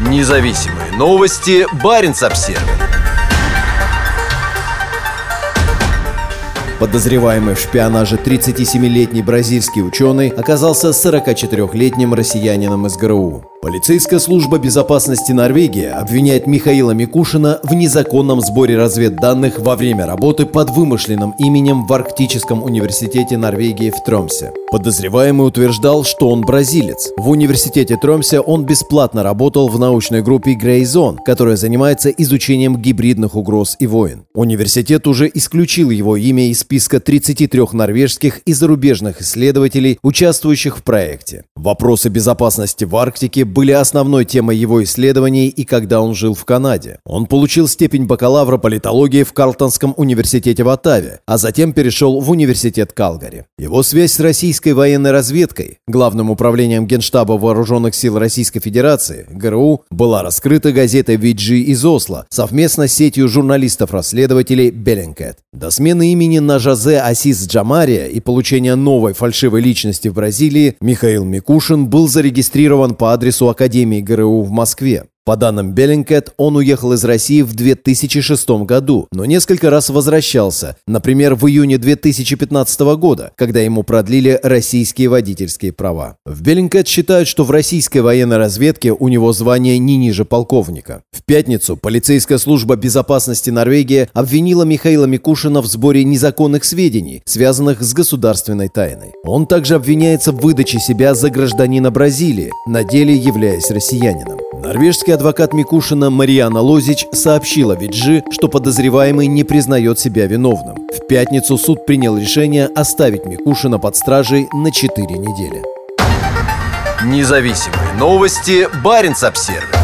Независимые новости. Баренц-Обсервис. Подозреваемый в шпионаже 37-летний бразильский ученый оказался 44-летним россиянином из ГРУ. Полицейская служба безопасности Норвегии обвиняет Михаила Микушина в незаконном сборе разведданных во время работы под вымышленным именем в Арктическом университете Норвегии в Тромсе. Подозреваемый утверждал, что он бразилец. В университете Тромсе он бесплатно работал в научной группе Grayzone, которая занимается изучением гибридных угроз и войн. Университет уже исключил его имя из списка 33 норвежских и зарубежных исследователей, участвующих в проекте. Вопросы безопасности в Арктике были основной темой его исследований и когда он жил в Канаде. Он получил степень бакалавра политологии в Карлтонском университете в Оттаве, а затем перешел в университет Калгари. Его связь с российской военной разведкой, Главным управлением Генштаба Вооруженных сил Российской Федерации, ГРУ, была раскрыта газетой VG из Осло совместно с сетью журналистов-расследователей Bellingcat. До смены имени на Жозе Асис Джамария и получения новой фальшивой личности в Бразилии Михаил Микушин был зарегистрирован по адресу Академии ГРУ в Москве. По данным Bellingcat, он уехал из России в 2006 году, но несколько раз возвращался, например, в июне 2015 года, когда ему продлили российские водительские права. В Bellingcat считают, что в российской военной разведке у него звание не ниже полковника. В пятницу полицейская служба безопасности Норвегии обвинила Михаила Микушина в сборе незаконных сведений, связанных с государственной тайной. Он также обвиняется в выдаче себя за гражданина Бразилии, на деле являясь россиянином. Норвежский адвокат Микушина Мариана Лозич сообщила VG, что подозреваемый не признает себя виновным. В пятницу суд принял решение оставить Микушина под стражей на 4 недели. Независимые новости. Баренц-Обсервис.